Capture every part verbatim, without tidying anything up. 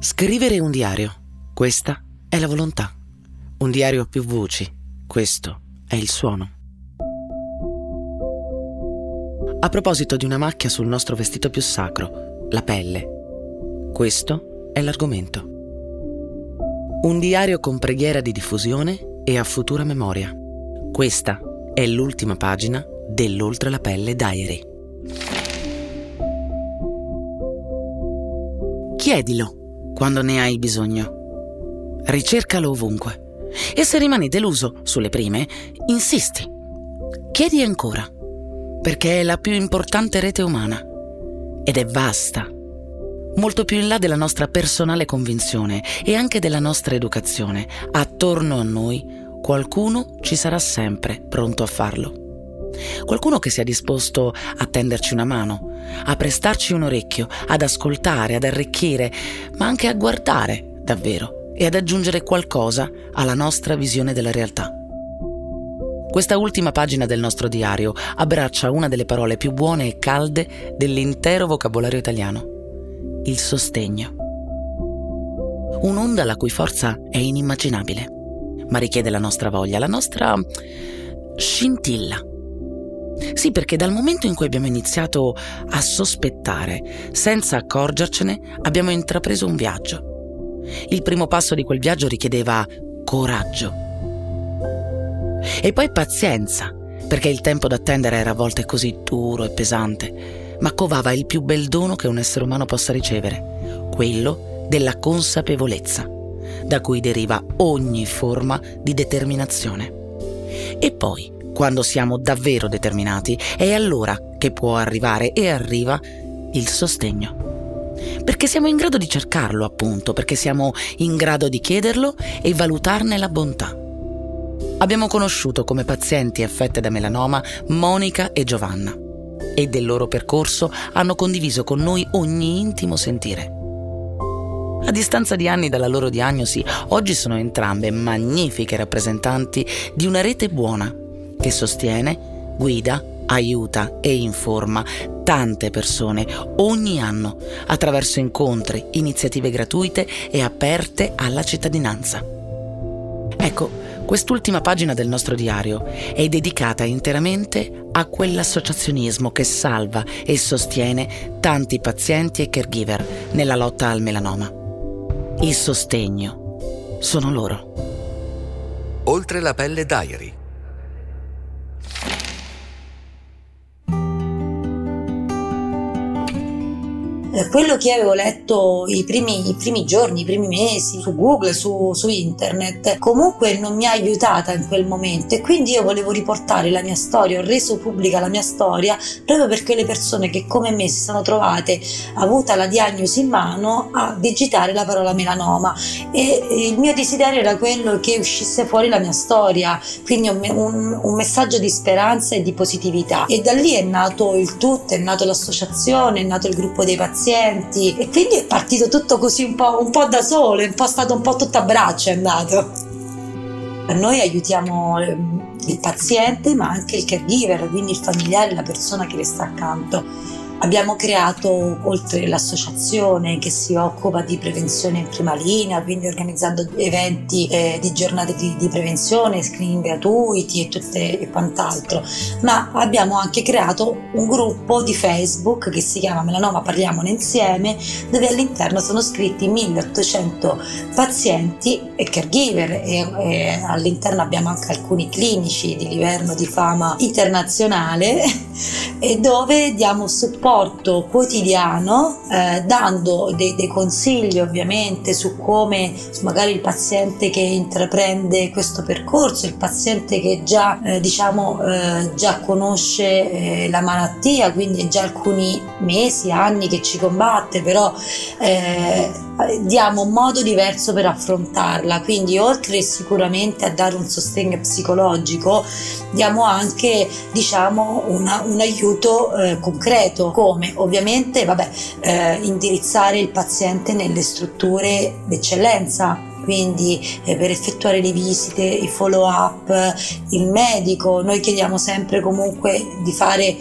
Scrivere un diario, questa è la volontà. Un diario a più voci, questo è il suono. A proposito di una macchia sul nostro vestito più sacro, la pelle, questo è l'argomento. Un diario con preghiera di diffusione e a futura memoria. Questa è l'ultima pagina dell'Oltre la Pelle Diary. Chiedilo quando ne hai bisogno. Ricercalo ovunque. E se rimani deluso sulle prime, insisti. Chiedi ancora, perché è la più importante rete umana. Ed è vasta. Molto più in là della nostra personale convinzione e anche della nostra educazione. Attorno a noi qualcuno ci sarà sempre pronto a farlo. Qualcuno che sia disposto a tenderci una mano, a prestarci un orecchio, ad ascoltare, ad arricchire, ma anche a guardare davvero e ad aggiungere qualcosa alla nostra visione della realtà. Questa ultima pagina del nostro diario abbraccia una delle parole più buone e calde dell'intero vocabolario italiano: il sostegno. Un'onda la cui forza è inimmaginabile, ma richiede la nostra voglia, la nostra scintilla. Sì, perché dal momento in cui abbiamo iniziato a sospettare, senza accorgercene, abbiamo intrapreso un viaggio. Il primo passo di quel viaggio richiedeva coraggio. E poi pazienza, perché il tempo d'attendere era a volte così duro e pesante, ma covava il più bel dono che un essere umano possa ricevere, quello della consapevolezza, da cui deriva ogni forma di determinazione. E poi, quando siamo davvero determinati, è allora che può arrivare e arriva il sostegno. Perché siamo in grado di cercarlo, appunto, perché siamo in grado di chiederlo e valutarne la bontà. Abbiamo conosciuto come pazienti affette da melanoma Monica e Giovanna e del loro percorso hanno condiviso con noi ogni intimo sentire. A distanza di anni dalla loro diagnosi, oggi sono entrambe magnifiche rappresentanti di una rete buona che sostiene, guida, aiuta e informa tante persone ogni anno attraverso incontri, iniziative gratuite e aperte alla cittadinanza. Ecco, quest'ultima pagina del nostro diario è dedicata interamente a quell'associazionismo che salva e sostiene tanti pazienti e caregiver nella lotta al melanoma. Il sostegno sono loro. Oltre la Pelle Diary. Quello che avevo letto i primi, i primi giorni, i primi mesi su Google, su, su internet, comunque non mi ha aiutata in quel momento, e quindi io volevo riportare la mia storia, ho reso pubblica la mia storia proprio per quelle persone che come me si sono trovate, avuta la diagnosi in mano, a digitare la parola melanoma, e il mio desiderio era quello che uscisse fuori la mia storia, quindi un, un, un messaggio di speranza e di positività, e da lì è nato il tutto, è nato l'associazione, è nato il gruppo dei pazienti, e quindi è partito tutto così un po', un po' da solo, è un po' stato un po' tutto a braccio, è andato. Noi aiutiamo il paziente ma anche il caregiver, quindi il familiare, la persona che le sta accanto. Abbiamo creato, oltre l'associazione che si occupa di prevenzione in prima linea, quindi organizzando eventi eh, di giornate di, di prevenzione, screening gratuiti e, tutte, e quant'altro, ma abbiamo anche creato un gruppo di Facebook che si chiama Melanoma Parliamone Insieme, dove all'interno sono scritti milleottocento pazienti e caregiver, e, e all'interno abbiamo anche alcuni clinici di livello di fama internazionale e dove diamo supporto quotidiano, eh, dando dei, dei consigli ovviamente su come magari il paziente che intraprende questo percorso, il paziente che già eh, diciamo eh, già conosce eh, la malattia, quindi è già alcuni mesi, anni che ci combatte, però eh, diamo un modo diverso per affrontarla, quindi oltre sicuramente a dare un sostegno psicologico diamo anche diciamo una, un aiuto eh, concreto, come ovviamente vabbè, eh, indirizzare il paziente nelle strutture d'eccellenza, quindi eh, per effettuare le visite, i follow up, il medico. Noi chiediamo sempre comunque di fare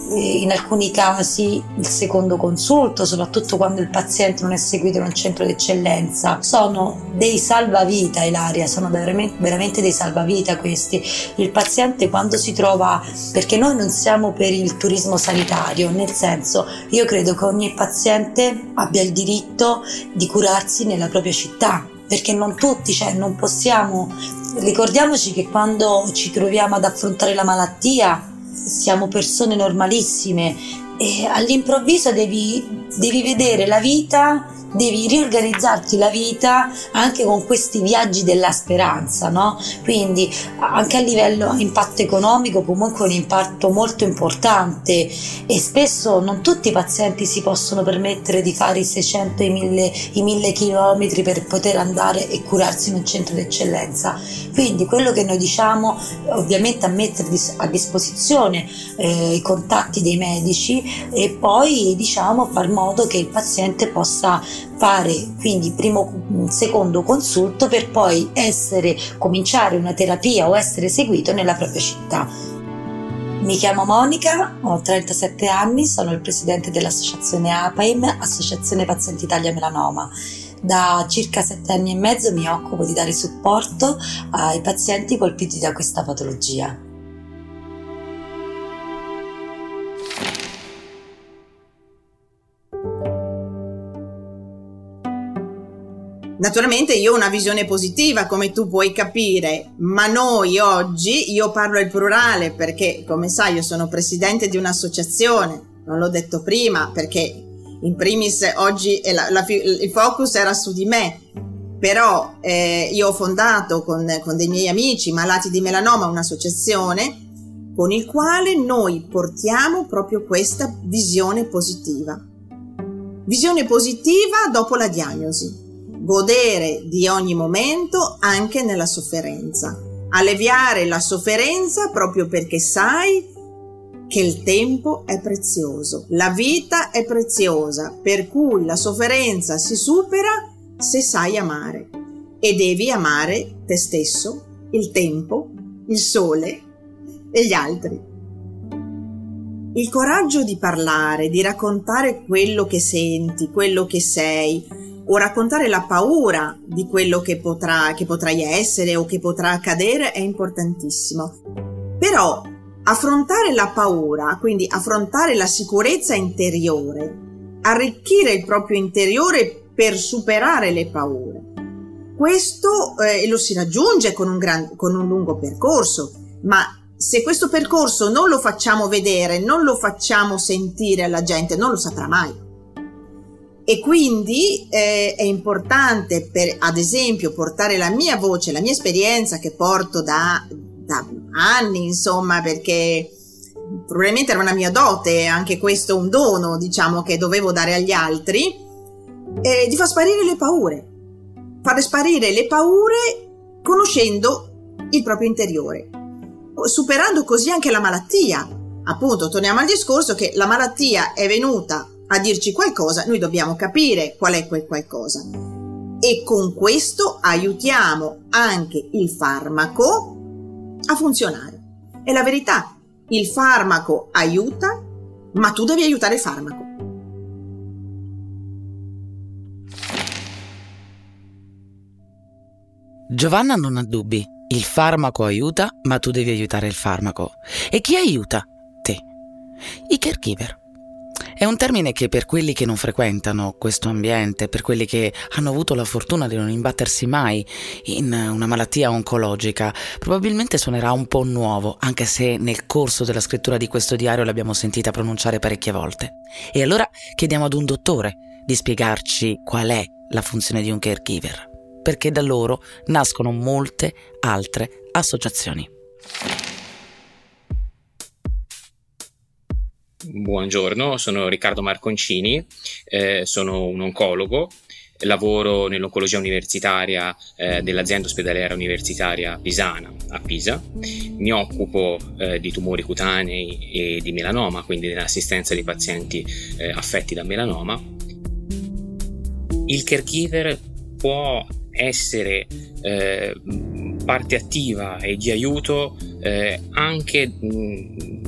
in alcuni casi il secondo consulto, soprattutto quando il paziente non è seguito in un centro d'eccellenza, sono dei salvavita, Ilaria, sono veramente, veramente dei salvavita questi. Il paziente quando si trova, perché noi non siamo per il turismo sanitario, nel senso, io credo che ogni paziente abbia il diritto di curarsi nella propria città, perché non tutti, cioè non possiamo, ricordiamoci che quando ci troviamo ad affrontare la malattia siamo persone normalissime e all'improvviso devi, devi vedere la vita, devi riorganizzarti la vita anche con questi viaggi della speranza, no? Quindi anche a livello impatto economico comunque un impatto molto importante, e spesso non tutti i pazienti si possono permettere di fare i seicento e i mille, i mille chilometri per poter andare e curarsi in un centro d'eccellenza. Quindi quello che noi diciamo ovviamente a mettere a disposizione eh, i contatti dei medici, e poi diciamo far modo che il paziente possa fare quindi primo secondo consulto per poi essere cominciare una terapia o essere seguito nella propria città. Mi chiamo Monica, ho trentasette anni, sono il presidente dell'associazione A P A I M, Associazione Pazienti Italia Melanoma. Da circa sette anni e mezzo mi occupo di dare supporto ai pazienti colpiti da questa patologia. Naturalmente io ho una visione positiva, come tu puoi capire, ma noi oggi, io parlo al plurale perché, come sai, io sono presidente di un'associazione, non l'ho detto prima perché in primis oggi la, la, il focus era su di me, però eh, io ho fondato con, con dei miei amici malati di melanoma un'associazione con il quale noi portiamo proprio questa visione positiva. Visione positiva dopo la diagnosi. Godere di ogni momento anche nella sofferenza, alleviare la sofferenza proprio perché sai che il tempo è prezioso, la vita è preziosa, per cui la sofferenza si supera se sai amare, e devi amare te stesso, il tempo, il sole e gli altri. Il coraggio di parlare, di raccontare quello che senti, quello che sei, o raccontare la paura di quello che potrà, che potrai essere o che potrà accadere è importantissimo. Però affrontare la paura, quindi affrontare la sicurezza interiore, arricchire il proprio interiore per superare le paure, questo eh, lo si raggiunge con un, gran, con un lungo percorso, ma se questo percorso non lo facciamo vedere, non lo facciamo sentire alla gente, non lo saprà mai. E quindi eh, è importante, per ad esempio, portare la mia voce, la mia esperienza che porto da, da anni, insomma, perché probabilmente era una mia dote, anche questo un dono, diciamo, che dovevo dare agli altri, eh, di far sparire le paure. Fare sparire le paure conoscendo il proprio interiore, superando così anche la malattia. Appunto, torniamo al discorso che la malattia è venuta a dirci qualcosa, noi dobbiamo capire qual è quel qualcosa, e con questo aiutiamo anche il farmaco a funzionare. È la verità, il farmaco aiuta, ma tu devi aiutare il farmaco. Giovanna non ha dubbi, il farmaco aiuta, ma tu devi aiutare il farmaco. E chi aiuta? Te. I caregiver. È un termine che per quelli che non frequentano questo ambiente, per quelli che hanno avuto la fortuna di non imbattersi mai in una malattia oncologica, probabilmente suonerà un po' nuovo, anche se nel corso della scrittura di questo diario l'abbiamo sentita pronunciare parecchie volte. E allora chiediamo ad un dottore di spiegarci qual è la funzione di un caregiver, perché da loro nascono molte altre associazioni. Buongiorno, sono Riccardo Marconcini, eh, sono un oncologo, lavoro nell'oncologia universitaria eh, dell'azienda ospedaliera universitaria pisana a Pisa. Mi occupo eh, di tumori cutanei e di melanoma, quindi dell'assistenza dei pazienti eh, affetti da melanoma. Il caregiver può essere eh, parte attiva e di aiuto eh, anche mh,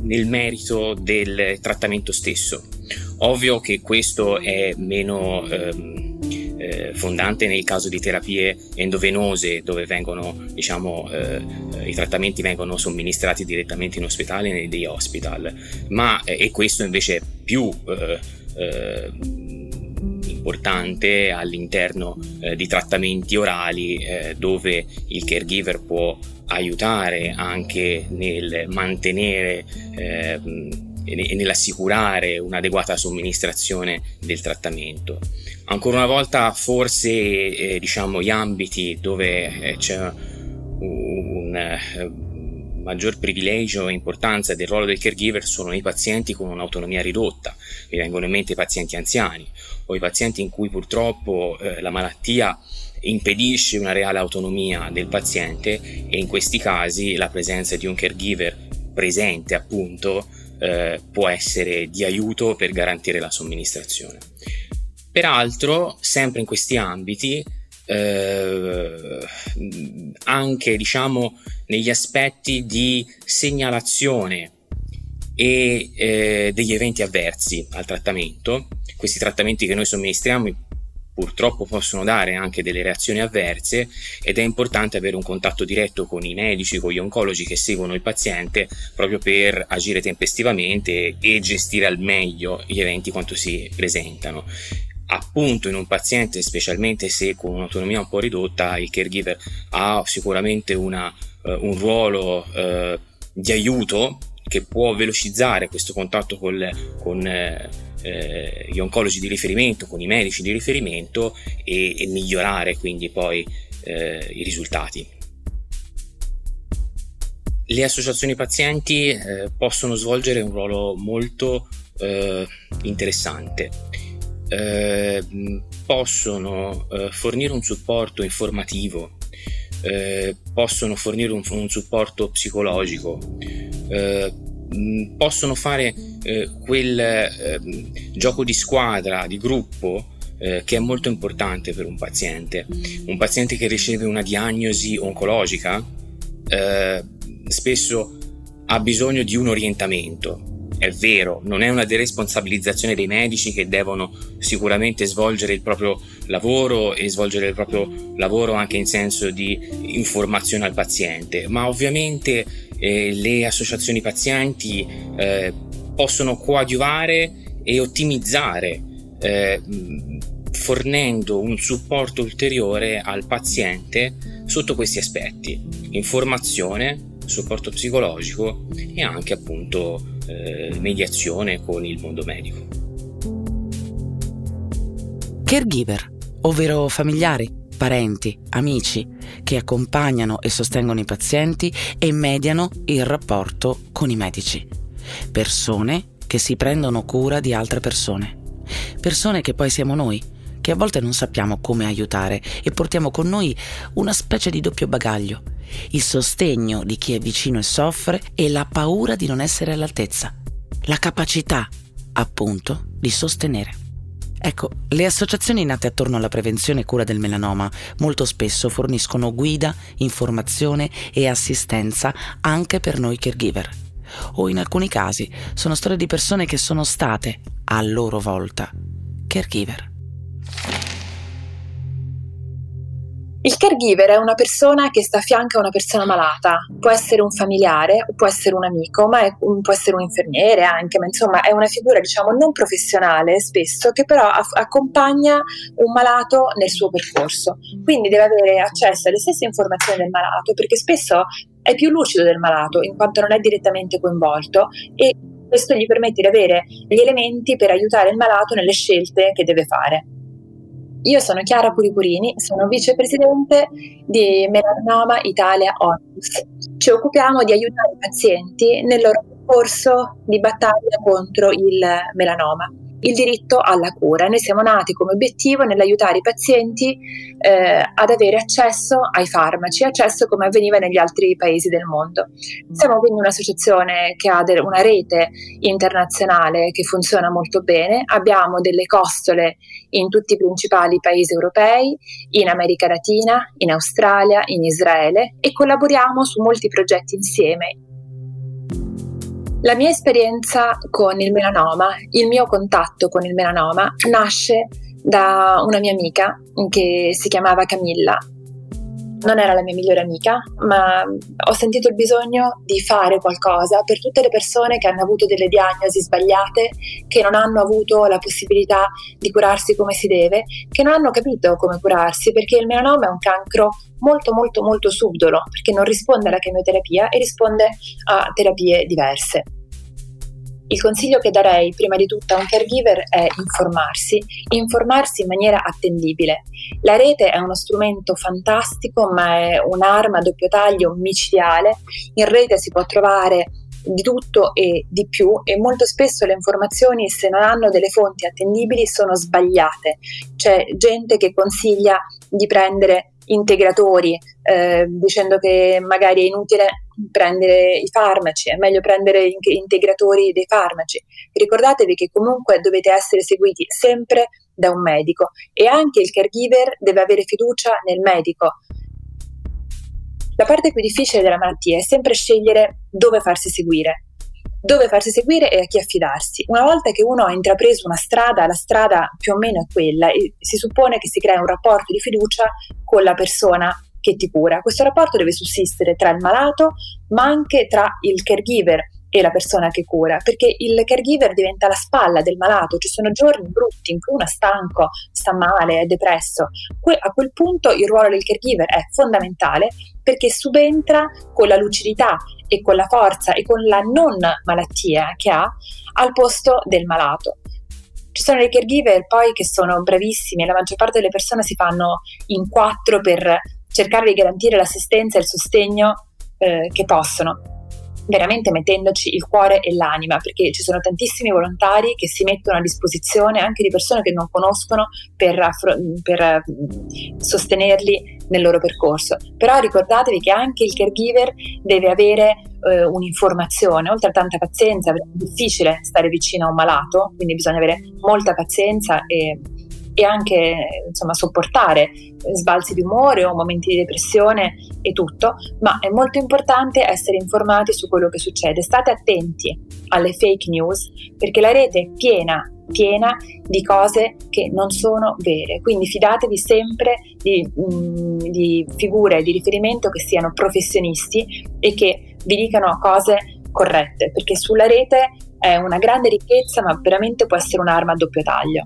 nel merito del trattamento stesso. Ovvio che questo è meno ehm, eh, fondante nel caso di terapie endovenose, dove vengono, diciamo, eh, i trattamenti vengono somministrati direttamente in ospedale nei day hospital, ma eh, e questo invece è più eh, eh, importante all'interno eh, di trattamenti orali, eh, dove il caregiver può aiutare anche nel mantenere eh, e nell'assicurare un'adeguata somministrazione del trattamento. Ancora una volta, forse eh, diciamo gli ambiti dove eh, c'è un eh, maggior privilegio e importanza del ruolo del caregiver sono i pazienti con un'autonomia ridotta. Mi vengono in mente i pazienti anziani o i pazienti in cui purtroppo eh, la malattia impedisce una reale autonomia del paziente, e in questi casi la presenza di un caregiver presente, appunto, eh, può essere di aiuto per garantire la somministrazione. Peraltro, sempre in questi ambiti, eh, anche diciamo negli aspetti di segnalazione e eh, degli eventi avversi al trattamento, questi trattamenti che noi somministriamo purtroppo possono dare anche delle reazioni avverse, ed è importante avere un contatto diretto con i medici, con gli oncologi che seguono il paziente, proprio per agire tempestivamente e gestire al meglio gli eventi quando si presentano. Appunto, in un paziente, specialmente se con un'autonomia un po' ridotta, il caregiver ha sicuramente una, uh, un ruolo uh, di aiuto che può velocizzare questo contatto col, con eh, eh, gli oncologi di riferimento, con i medici di riferimento, e, e migliorare quindi poi eh, i risultati. Le associazioni pazienti eh, possono svolgere un ruolo molto eh, interessante. Eh, possono eh, fornire un supporto informativo, eh, possono fornire un, un supporto psicologico, eh, possono fare eh, quel eh, gioco di squadra, di gruppo, eh, che è molto importante per un paziente. Un paziente che riceve una diagnosi oncologica eh, spesso ha bisogno di un orientamento. È vero, non è una deresponsabilizzazione dei medici, che devono sicuramente svolgere il proprio lavoro e svolgere il proprio lavoro anche in senso di informazione al paziente, ma ovviamente eh, le associazioni pazienti eh, possono coadiuvare e ottimizzare, eh, fornendo un supporto ulteriore al paziente sotto questi aspetti: informazione, supporto psicologico e anche appunto eh, mediazione con il mondo medico. Caregiver, ovvero familiari, parenti, amici che accompagnano e sostengono i pazienti e mediano il rapporto con i medici. Persone che si prendono cura di altre persone. Persone che poi siamo noi, che a volte non sappiamo come aiutare e portiamo con noi una specie di doppio bagaglio: il sostegno di chi è vicino e soffre, e la paura di non essere all'altezza, la capacità, appunto, di sostenere. Ecco, le associazioni nate attorno alla prevenzione e cura del melanoma molto spesso forniscono guida, informazione e assistenza anche per noi caregiver. O in alcuni casi sono storie di persone che sono state, a loro volta, caregiver. Il caregiver è una persona che sta a fianco a una persona malata. Può essere un familiare, può essere un amico, ma è, può essere un infermiere anche, ma insomma è una figura, diciamo, non professionale spesso, che però a- accompagna un malato nel suo percorso. Quindi deve avere accesso alle stesse informazioni del malato, perché spesso è più lucido del malato, in quanto non è direttamente coinvolto, e questo gli permette di avere gli elementi per aiutare il malato nelle scelte che deve fare. Io sono Chiara Puripurini, sono vicepresidente di Melanoma Italia Onlus. Ci occupiamo di aiutare i pazienti nel loro percorso di battaglia contro il melanoma, il diritto alla cura. Noi siamo nati come obiettivo nell'aiutare i pazienti eh, ad avere accesso ai farmaci, accesso come avveniva negli altri paesi del mondo. Siamo quindi un'associazione che ha de- una rete internazionale che funziona molto bene. Abbiamo delle costole in tutti i principali paesi europei, in America Latina, in Australia, in Israele, e collaboriamo su molti progetti insieme. La mia esperienza con il melanoma, il mio contatto con il melanoma nasce da una mia amica che si chiamava Camilla. Non era la mia migliore amica, ma ho sentito il bisogno di fare qualcosa per tutte le persone che hanno avuto delle diagnosi sbagliate, che non hanno avuto la possibilità di curarsi come si deve, che non hanno capito come curarsi, perché il melanoma è un cancro molto molto molto subdolo, perché non risponde alla chemioterapia e risponde a terapie diverse. Il consiglio che darei prima di tutto a un caregiver è informarsi, informarsi in maniera attendibile. La rete è uno strumento fantastico, ma è un'arma a doppio taglio micidiale. In rete si può trovare di tutto e di più, e molto spesso le informazioni, se non hanno delle fonti attendibili, sono sbagliate. C'è gente che consiglia di prendere integratori eh, dicendo che magari è inutile prendere i farmaci, è meglio prendere integratori dei farmaci. Ricordatevi che comunque dovete essere seguiti sempre da un medico, e anche il caregiver deve avere fiducia nel medico. La parte più difficile della malattia è sempre scegliere dove farsi seguire. Dove farsi seguire e a chi affidarsi. Una volta che uno ha intrapreso una strada, la strada più o meno è quella, e si suppone che si crea un rapporto di fiducia con la persona che ti cura. Questo rapporto deve sussistere tra il malato, ma anche tra il caregiver e la persona che cura, perché il caregiver diventa la spalla del malato. Ci sono giorni brutti in cui uno è stanco, sta male, è depresso. Que- a quel punto il ruolo del caregiver è fondamentale, perché subentra con la lucidità e con la forza e con la non malattia che ha al posto del malato. Ci sono dei caregiver poi che sono bravissimi, e la maggior parte delle persone si fanno in quattro per cercare di garantire l'assistenza e il sostegno eh, che possono, veramente mettendoci il cuore e l'anima, perché ci sono tantissimi volontari che si mettono a disposizione anche di persone che non conoscono per, affro- per sostenerli nel loro percorso. Però ricordatevi che anche il caregiver deve avere eh, un'informazione, oltre a tanta pazienza, perché è difficile stare vicino a un malato, quindi bisogna avere molta pazienza e e anche insomma sopportare sbalzi di umore o momenti di depressione e tutto, ma è molto importante essere informati su quello che succede. State attenti alle fake news, perché la rete è piena piena di cose che non sono vere, quindi fidatevi sempre di, mh, di figure di riferimento che siano professionisti e che vi dicano cose corrette, perché sulla rete è una grande ricchezza, ma veramente può essere un'arma a doppio taglio.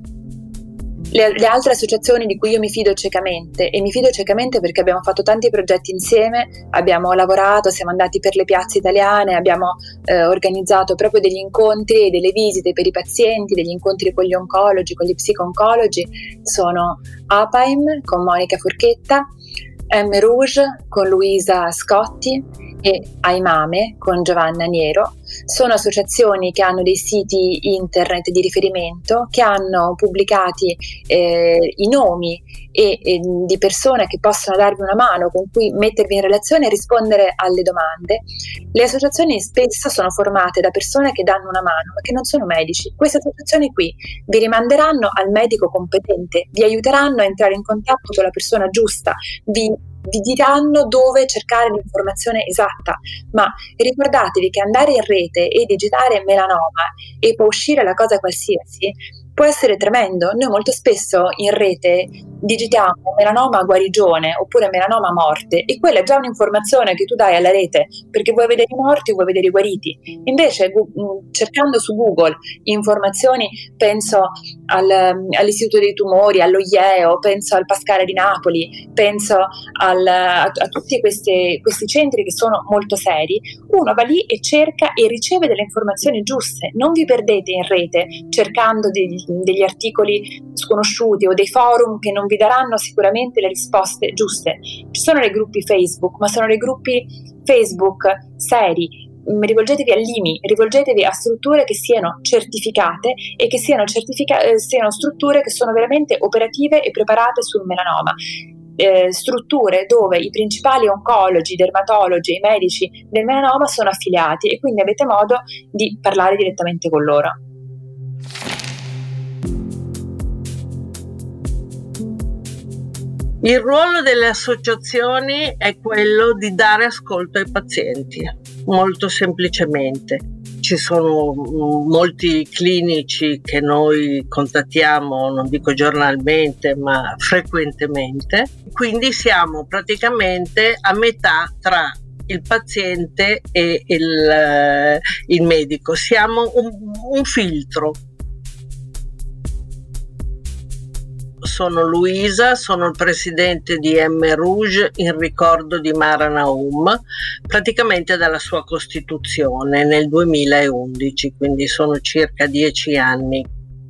Le, le altre associazioni di cui io mi fido ciecamente, e mi fido ciecamente perché abbiamo fatto tanti progetti insieme, abbiamo lavorato, siamo andati per le piazze italiane, abbiamo eh, organizzato proprio degli incontri e delle visite per i pazienti, degli incontri con gli oncologi, con gli psico-oncologi, sono A P A I M con Monica Forchetta, M Rouge con Luisa Scotti e Aimame con Giovanna Niero. Sono associazioni che hanno dei siti internet di riferimento, che hanno pubblicati eh, i nomi e, e di persone che possono darvi una mano, con cui mettervi in relazione e rispondere alle domande. Le associazioni spesso sono formate da persone che danno una mano, ma che non sono medici. Queste associazioni qui vi rimanderanno al medico competente, vi aiuteranno a entrare in contatto con la persona giusta, vi vi diranno dove cercare l'informazione esatta, ma ricordatevi che andare in rete e digitare melanoma e può uscire la cosa qualsiasi può essere tremendo. Noi molto spesso in rete digitiamo melanoma guarigione oppure melanoma morte, e quella è già un'informazione che tu dai alla rete perché vuoi vedere i morti o vuoi vedere i guariti. Invece cercando su Google informazioni, penso al, all'Istituto dei Tumori, allo I E O, penso al Pascale di Napoli, penso al, a, a tutti questi, questi centri che sono molto seri, uno va lì e cerca e riceve delle informazioni giuste. Non vi perdete in rete cercando degli, degli articoli sconosciuti o dei forum che non vi daranno sicuramente le risposte giuste. Ci sono dei gruppi Facebook, ma sono dei gruppi Facebook seri. Rivolgetevi all'I M I, rivolgetevi a strutture che siano certificate e che siano, certifica- eh, siano strutture che sono veramente operative e preparate sul melanoma. Eh, strutture dove i principali oncologi, dermatologi, i medici del melanoma sono affiliati, e quindi avete modo di parlare direttamente con loro. Il ruolo delle associazioni è quello di dare ascolto ai pazienti, molto semplicemente. Ci sono molti clinici che noi contattiamo, non dico giornalmente, ma frequentemente, quindi siamo praticamente a metà tra il paziente e il, il medico, siamo un, un filtro. Sono Luisa, sono il presidente di M. Rouge in ricordo di Mara Naum, praticamente dalla sua costituzione nel duemilaundici, quindi sono circa dieci anni.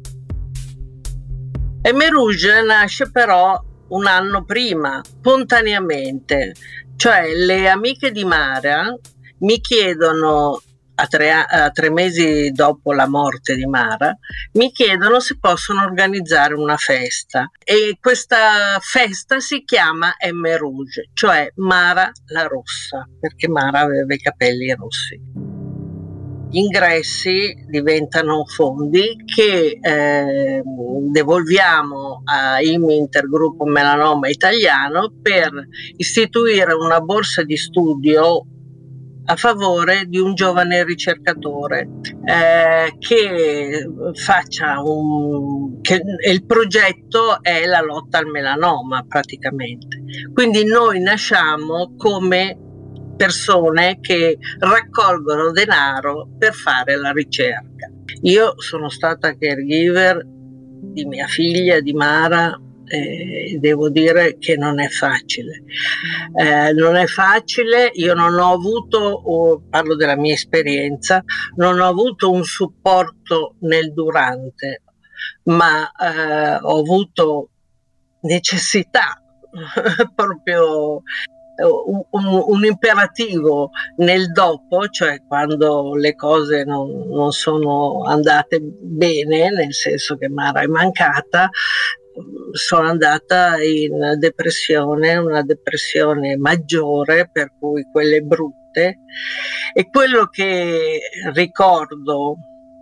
M. Rouge nasce però un anno prima, spontaneamente, cioè le amiche di Mara mi chiedono, a tre, a tre mesi dopo la morte di Mara, mi chiedono se possono organizzare una festa, e questa festa si chiama M. Rouge, cioè Mara la Rossa, perché Mara aveva i capelli rossi. Gli ingressi diventano fondi che eh, devolviamo a I M I Intergruppo Melanoma Italiano per istituire una borsa di studio a favore di un giovane ricercatore eh, che faccia un che il progetto è la lotta al melanoma praticamente. Quindi noi nasciamo come persone che raccolgono denaro per fare la ricerca. Io sono stata caregiver di mia figlia, di Mara, e devo dire che non è facile. Eh, non è facile, io non ho avuto, oh, parlo della mia esperienza, non ho avuto un supporto nel durante, ma eh, ho avuto necessità proprio Un, un, un imperativo nel dopo, cioè quando le cose non, non sono andate bene, nel senso che Mara è mancata, sono andata in depressione, una depressione maggiore, per cui quelle brutte, e quello che ricordo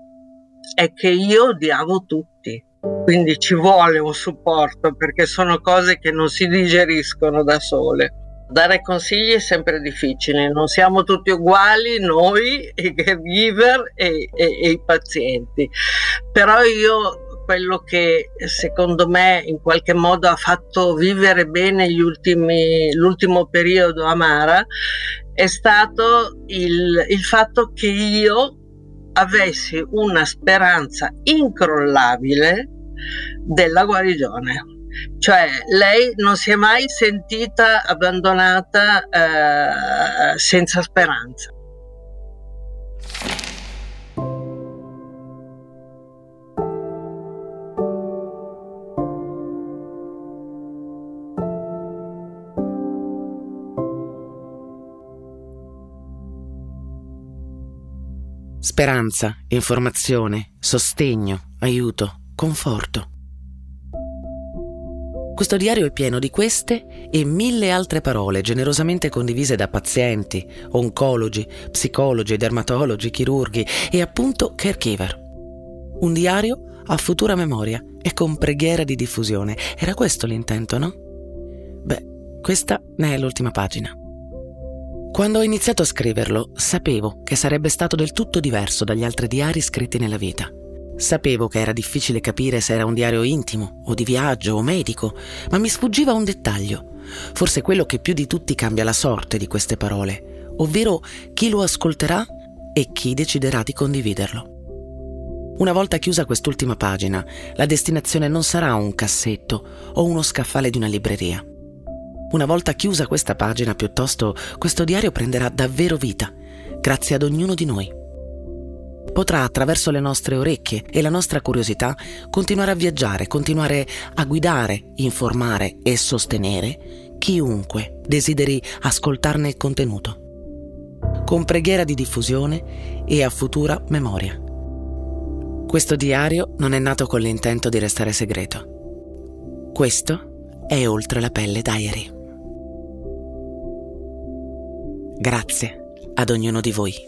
è che io odiavo tutti. Quindi ci vuole un supporto, perché sono cose che non si digeriscono da sole. Dare consigli è sempre difficile, non siamo tutti uguali, noi, i caregiver e, e, e i pazienti, però io quello che secondo me in qualche modo ha fatto vivere bene gli ultimi, l'ultimo periodo a Mara è stato il, il fatto che io avessi una speranza incrollabile della guarigione. Cioè lei non si è mai sentita abbandonata eh, senza speranza. Speranza, informazione, sostegno, aiuto, conforto. Questo diario è pieno di queste e mille altre parole generosamente condivise da pazienti, oncologi, psicologi, dermatologi, chirurghi e appunto caregiver. Un diario a futura memoria e con preghiera di diffusione. Era questo l'intento, no? Beh, questa ne è l'ultima pagina. Quando ho iniziato a scriverlo, sapevo che sarebbe stato del tutto diverso dagli altri diari scritti nella vita. Sapevo che era difficile capire se era un diario intimo, o di viaggio, o medico, ma mi sfuggiva un dettaglio, forse quello che più di tutti cambia la sorte di queste parole, ovvero chi lo ascolterà e chi deciderà di condividerlo. Una volta chiusa quest'ultima pagina, la destinazione non sarà un cassetto o uno scaffale di una libreria. Una volta chiusa questa pagina, piuttosto, questo diario prenderà davvero vita, grazie ad ognuno di noi. Potrà, attraverso le nostre orecchie e la nostra curiosità, continuare a viaggiare, continuare a guidare, informare e sostenere chiunque desideri ascoltarne il contenuto, con preghiera di diffusione e a futura memoria. Questo diario non è nato con l'intento di restare segreto. Questo è Oltre la pelle Diary. Grazie ad ognuno di voi.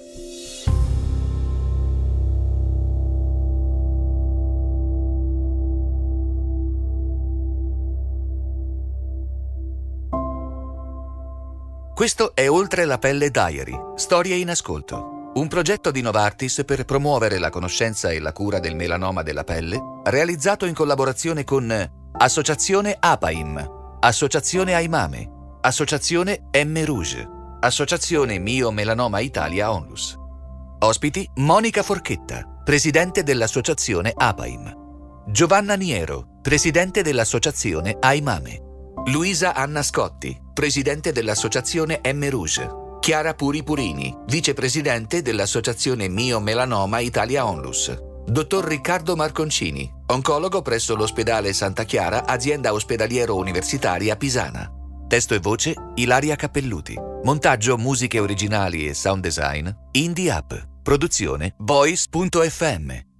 Questo è Oltre la pelle Diary, storie in ascolto. un progetto di Novartis per promuovere la conoscenza e la cura del melanoma della pelle, realizzato in collaborazione con Associazione APAIM, Associazione Aimame, Associazione M Rouge, Associazione Mio Melanoma Italia Onlus. Ospiti Monica Forchetta, presidente dell'Associazione APAIM, Giovanna Niero, presidente dell'Associazione Aimame, Luisa Anna Scotti, presidente dell'Associazione M Rouge, Chiara Puri Purini, vicepresidente dell'Associazione Mio Melanoma Italia Onlus, dottor Riccardo Marconcini, oncologo presso l'ospedale Santa Chiara, azienda ospedaliero universitaria Pisana. Testo e voce Ilaria Cappelluti. Montaggio, musiche originali e sound design Indie Up. Produzione Voice punto effe emme.